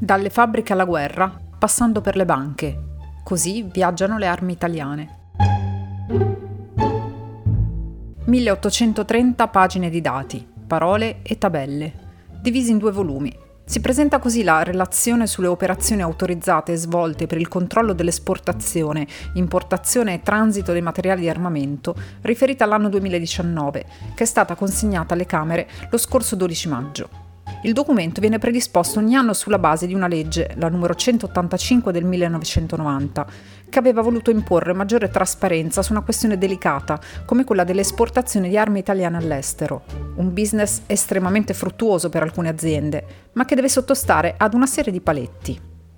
Dalle fabbriche alla guerra, passando per le banche. Così viaggiano le armi italiane. 1830 pagine di dati, parole e tabelle, divisi in 2 volumi. Si presenta così la relazione sulle operazioni autorizzate e svolte per il controllo dell'esportazione, importazione e transito dei materiali di armamento, riferita all'anno 2019, che è stata consegnata alle Camere lo scorso 12 maggio. Il documento viene predisposto ogni anno sulla base di una legge, la numero 185 del 1990, che aveva voluto imporre maggiore trasparenza su una questione delicata come quella dell'esportazione di armi italiane all'estero, un business estremamente fruttuoso per alcune aziende, ma che deve sottostare ad una serie di paletti.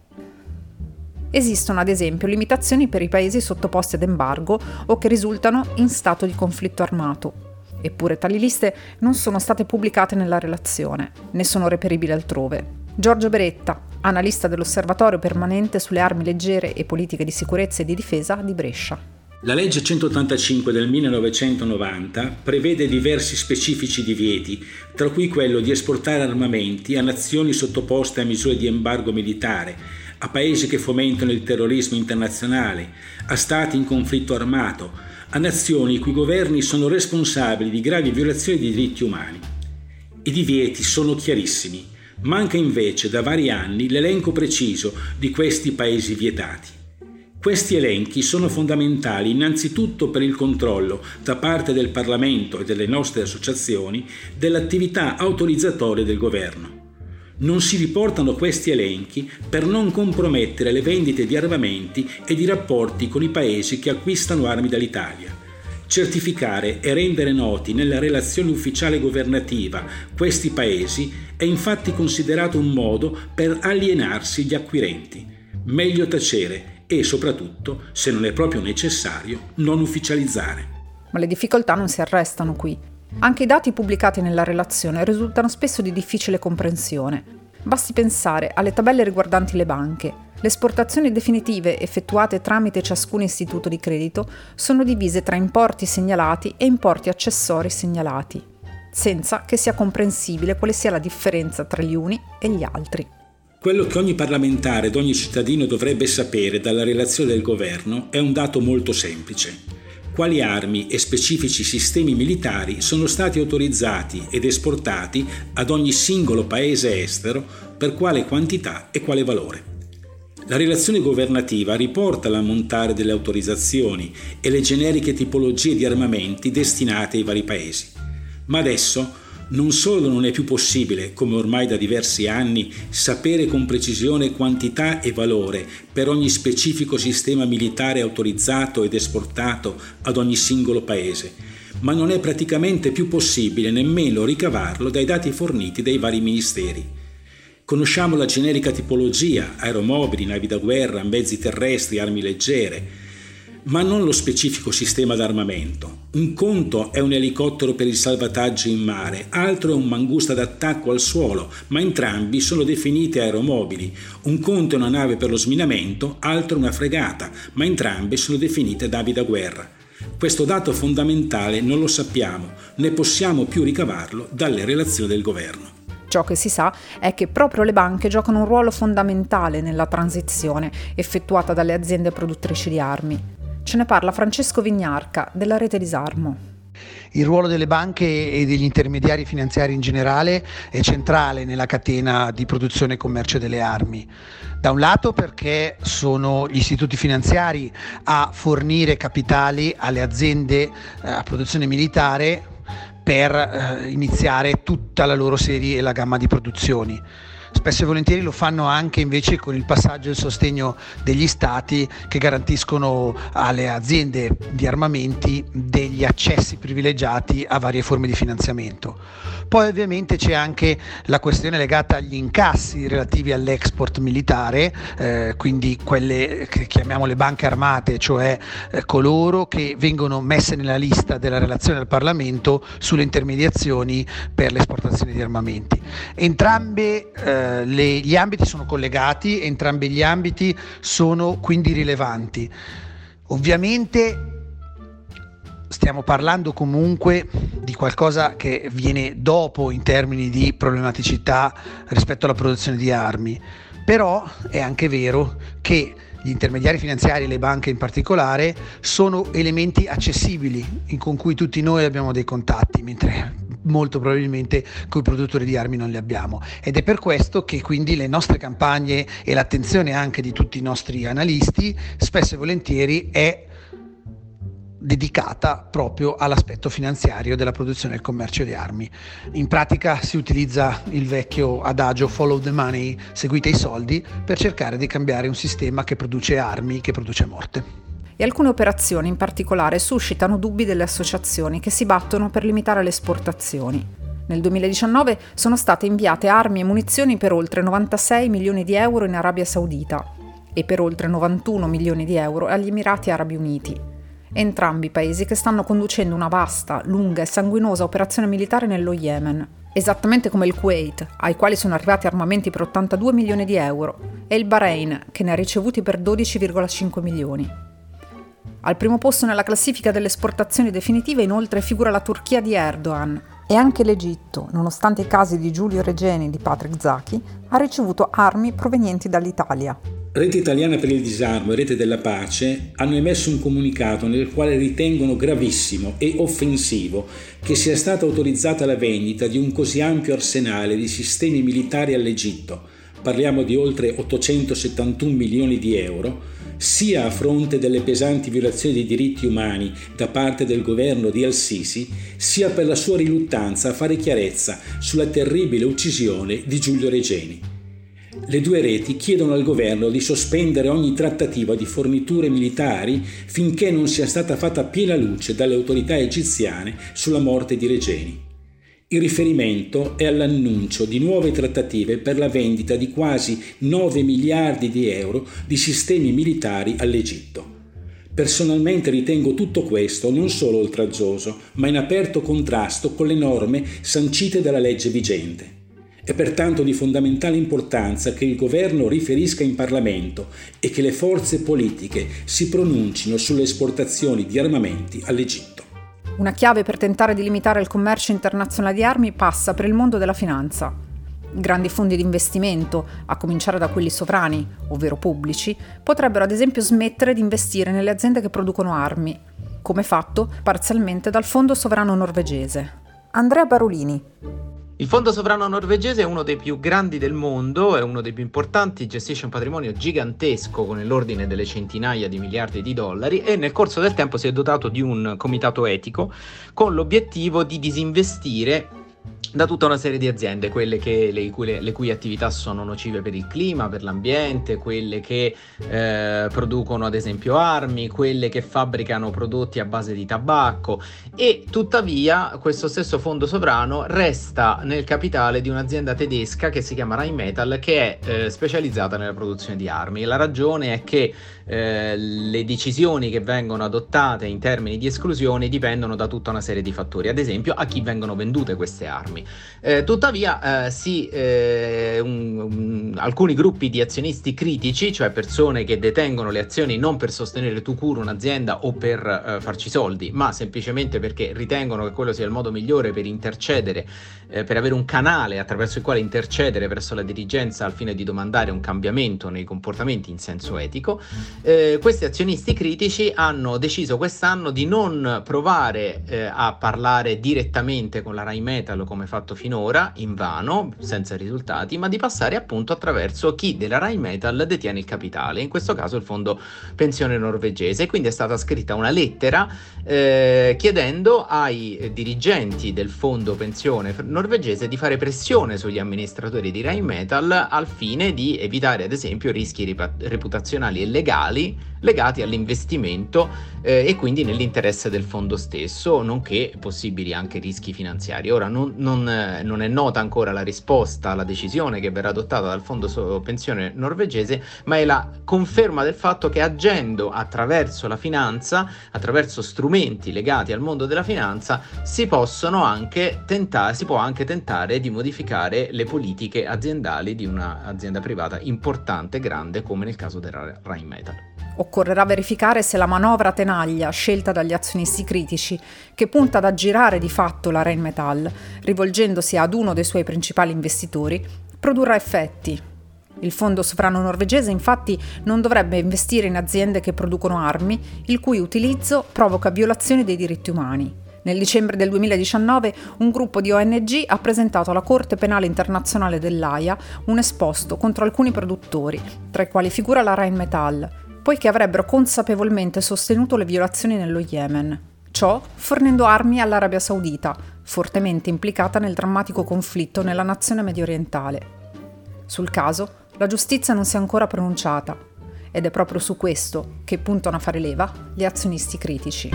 Esistono ad esempio limitazioni per i paesi sottoposti ad embargo o che risultano in stato di conflitto armato. Eppure tali liste non sono state pubblicate nella relazione, né sono reperibili altrove. Giorgio Beretta, analista dell'Osservatorio permanente sulle armi leggere e politiche di sicurezza e di difesa di Brescia. La legge 185 del 1990 prevede diversi specifici divieti, tra cui quello di esportare armamenti a nazioni sottoposte a misure di embargo militare, a paesi che fomentano il terrorismo internazionale, a stati in conflitto armato, a nazioni i cui governi sono responsabili di gravi violazioni di diritti umani. I divieti sono chiarissimi. Manca invece da vari anni l'elenco preciso di questi paesi vietati. Questi elenchi sono fondamentali innanzitutto per il controllo da parte del Parlamento e delle nostre associazioni dell'attività autorizzatoria del governo. Non si riportano questi elenchi per non compromettere le vendite di armamenti e di rapporti con i paesi che acquistano armi dall'Italia. Certificare e rendere noti nella relazione ufficiale governativa questi paesi è infatti considerato un modo per alienarsi gli acquirenti. Meglio tacere e, soprattutto, se non è proprio necessario, non ufficializzare. Ma le difficoltà non si arrestano qui. Anche i dati pubblicati nella relazione risultano spesso di difficile comprensione. Basti pensare alle tabelle riguardanti le banche. Le esportazioni definitive effettuate tramite ciascun istituto di credito sono divise tra importi segnalati e importi accessori segnalati, senza che sia comprensibile quale sia la differenza tra gli uni e gli altri. Quello che ogni parlamentare ed ogni cittadino dovrebbe sapere dalla relazione del governo è un dato molto semplice. Quali armi e specifici sistemi militari sono stati autorizzati ed esportati ad ogni singolo paese estero, per quale quantità e quale valore. La relazione governativa riporta l'ammontare delle autorizzazioni e le generiche tipologie di armamenti destinate ai vari paesi. Ma adesso non solo non è più possibile, come ormai da diversi anni, sapere con precisione quantità e valore per ogni specifico sistema militare autorizzato ed esportato ad ogni singolo paese, ma non è praticamente più possibile nemmeno ricavarlo dai dati forniti dai vari ministeri. Conosciamo la generica tipologia, aeromobili, navi da guerra, mezzi terrestri, armi leggere, ma non lo specifico sistema d'armamento. Un conto è un elicottero per il salvataggio in mare, altro è un mangusta d'attacco al suolo, ma entrambi sono definite aeromobili. Un conto è una nave per lo sminamento, altro una fregata, ma entrambe sono definite navi da guerra. Questo dato fondamentale non lo sappiamo, né possiamo più ricavarlo dalle relazioni del governo. Ciò che si sa è che proprio le banche giocano un ruolo fondamentale nella transizione effettuata dalle aziende produttrici di armi. Ce ne parla Francesco Vignarca della Rete Disarmo. Il ruolo delle banche e degli intermediari finanziari in generale è centrale nella catena di produzione e commercio delle armi. Da un lato perché sono gli istituti finanziari a fornire capitali alle aziende a produzione militare per iniziare tutta la loro serie e la gamma di produzioni. Spesso e volentieri lo fanno anche invece con il passaggio e il sostegno degli stati che garantiscono alle aziende di armamenti degli accessi privilegiati a varie forme di finanziamento. Poi ovviamente c'è anche la questione legata agli incassi relativi all'export militare, quindi quelle che chiamiamo le banche armate, cioè coloro che vengono messe nella lista della relazione al Parlamento sulle intermediazioni per l'esportazione di armamenti. Entrambi gli ambiti sono collegati, entrambi gli ambiti sono quindi rilevanti. Ovviamente stiamo parlando comunque di qualcosa che viene dopo in termini di problematicità rispetto alla produzione di armi. Però è anche vero che gli intermediari finanziari, le banche in particolare, sono elementi accessibili con cui tutti noi abbiamo dei contatti, mentre molto probabilmente coi produttori di armi non li abbiamo, ed è per questo che quindi le nostre campagne e l'attenzione anche di tutti i nostri analisti spesso e volentieri è dedicata proprio all'aspetto finanziario della produzione e del commercio di armi. In pratica si utilizza il vecchio adagio follow the money, seguite i soldi, per cercare di cambiare un sistema che produce armi, che produce morte. E alcune operazioni in particolare suscitano dubbi delle associazioni che si battono per limitare le esportazioni. Nel 2019 sono state inviate armi e munizioni per oltre 96 milioni di euro in Arabia Saudita e per oltre 91 milioni di euro agli Emirati Arabi Uniti. Entrambi paesi che stanno conducendo una vasta, lunga e sanguinosa operazione militare nello Yemen, esattamente come il Kuwait, ai quali sono arrivati armamenti per 82 milioni di euro, e il Bahrain, che ne ha ricevuti per 12,5 milioni. Al primo posto nella classifica delle esportazioni definitive inoltre figura la Turchia di Erdogan, e anche l'Egitto, nonostante i casi di Giulio Regeni e di Patrick Zaki, ha ricevuto armi provenienti dall'Italia. Rete Italiana per il Disarmo e Rete della Pace hanno emesso un comunicato nel quale ritengono gravissimo e offensivo che sia stata autorizzata la vendita di un così ampio arsenale di sistemi militari all'Egitto, parliamo di oltre 871 milioni di euro, sia a fronte delle pesanti violazioni dei diritti umani da parte del governo di al-Sisi, sia per la sua riluttanza a fare chiarezza sulla terribile uccisione di Giulio Regeni. Le due reti chiedono al governo di sospendere ogni trattativa di forniture militari finché non sia stata fatta piena luce dalle autorità egiziane sulla morte di Regeni. Il riferimento è all'annuncio di nuove trattative per la vendita di quasi 9 miliardi di euro di sistemi militari all'Egitto. Personalmente ritengo tutto questo non solo oltraggioso, ma in aperto contrasto con le norme sancite dalla legge vigente. È pertanto di fondamentale importanza che il governo riferisca in Parlamento e che le forze politiche si pronuncino sulle esportazioni di armamenti all'Egitto. Una chiave per tentare di limitare il commercio internazionale di armi passa per il mondo della finanza. Grandi fondi di investimento, a cominciare da quelli sovrani, ovvero pubblici, potrebbero ad esempio smettere di investire nelle aziende che producono armi, come fatto parzialmente dal Fondo Sovrano Norvegese. Andrea Barolini. Il Fondo Sovrano Norvegese è uno dei più grandi del mondo, è uno dei più importanti, gestisce un patrimonio gigantesco con l'ordine delle centinaia di miliardi di dollari e nel corso del tempo si è dotato di un comitato etico con l'obiettivo di disinvestire da tutta una serie di aziende, quelle che le cui attività sono nocive per il clima, per l'ambiente, quelle che producono ad esempio armi, quelle che fabbricano prodotti a base di tabacco, e tuttavia questo stesso fondo sovrano resta nel capitale di un'azienda tedesca che si chiama Rheinmetall, che è specializzata nella produzione di armi. La ragione è che le decisioni che vengono adottate in termini di esclusione dipendono da tutta una serie di fattori, ad esempio a chi vengono vendute queste armi. Tuttavia alcuni gruppi di azionisti critici, cioè persone che detengono le azioni non per sostenere tout court un'azienda o per farci soldi, ma semplicemente perché ritengono che quello sia il modo migliore per intercedere, per avere un canale attraverso il quale intercedere verso la dirigenza al fine di domandare un cambiamento nei comportamenti in senso etico. Questi azionisti critici hanno deciso quest'anno di non provare a parlare direttamente con la Rheinmetall come fatto finora, invano, senza risultati, ma di passare appunto attraverso chi della Rheinmetall detiene il capitale, in questo caso il fondo pensione norvegese. Quindi è stata scritta una lettera chiedendo ai dirigenti del fondo pensione norvegese di fare pressione sugli amministratori di Rheinmetall al fine di evitare ad esempio rischi reputazionali e legali legati all'investimento e quindi nell'interesse del fondo stesso, nonché possibili anche rischi finanziari. Ora non è nota ancora la risposta alla decisione che verrà adottata dal fondo pensione norvegese, ma è la conferma del fatto che agendo attraverso la finanza, attraverso strumenti legati al mondo della finanza, si può anche tentare di modificare le politiche aziendali di un'azienda privata importante, grande, come nel caso della Rheinmetall. Occorrerà verificare se la manovra tenaglia scelta dagli azionisti critici, che punta ad aggirare di fatto la Rheinmetall, rivolgendosi ad uno dei suoi principali investitori, produrrà effetti. Il fondo sovrano norvegese infatti non dovrebbe investire in aziende che producono armi, il cui utilizzo provoca violazioni dei diritti umani. Nel dicembre del 2019 un gruppo di ONG ha presentato alla Corte Penale Internazionale dell'Aia un esposto contro alcuni produttori, tra i quali figura la Rheinmetall, poiché avrebbero consapevolmente sostenuto le violazioni nello Yemen. Ciò fornendo armi all'Arabia Saudita, fortemente implicata nel drammatico conflitto nella nazione mediorientale. Sul caso, la giustizia non si è ancora pronunciata ed è proprio su questo che puntano a fare leva gli azionisti critici.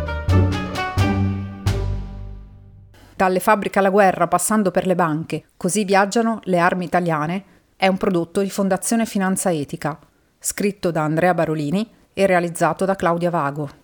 Dalle fabbriche alla guerra passando per le banche, così viaggiano le armi italiane, è un prodotto di Fondazione Finanza Etica, scritto da Andrea Barolini e realizzato da Claudia Vago.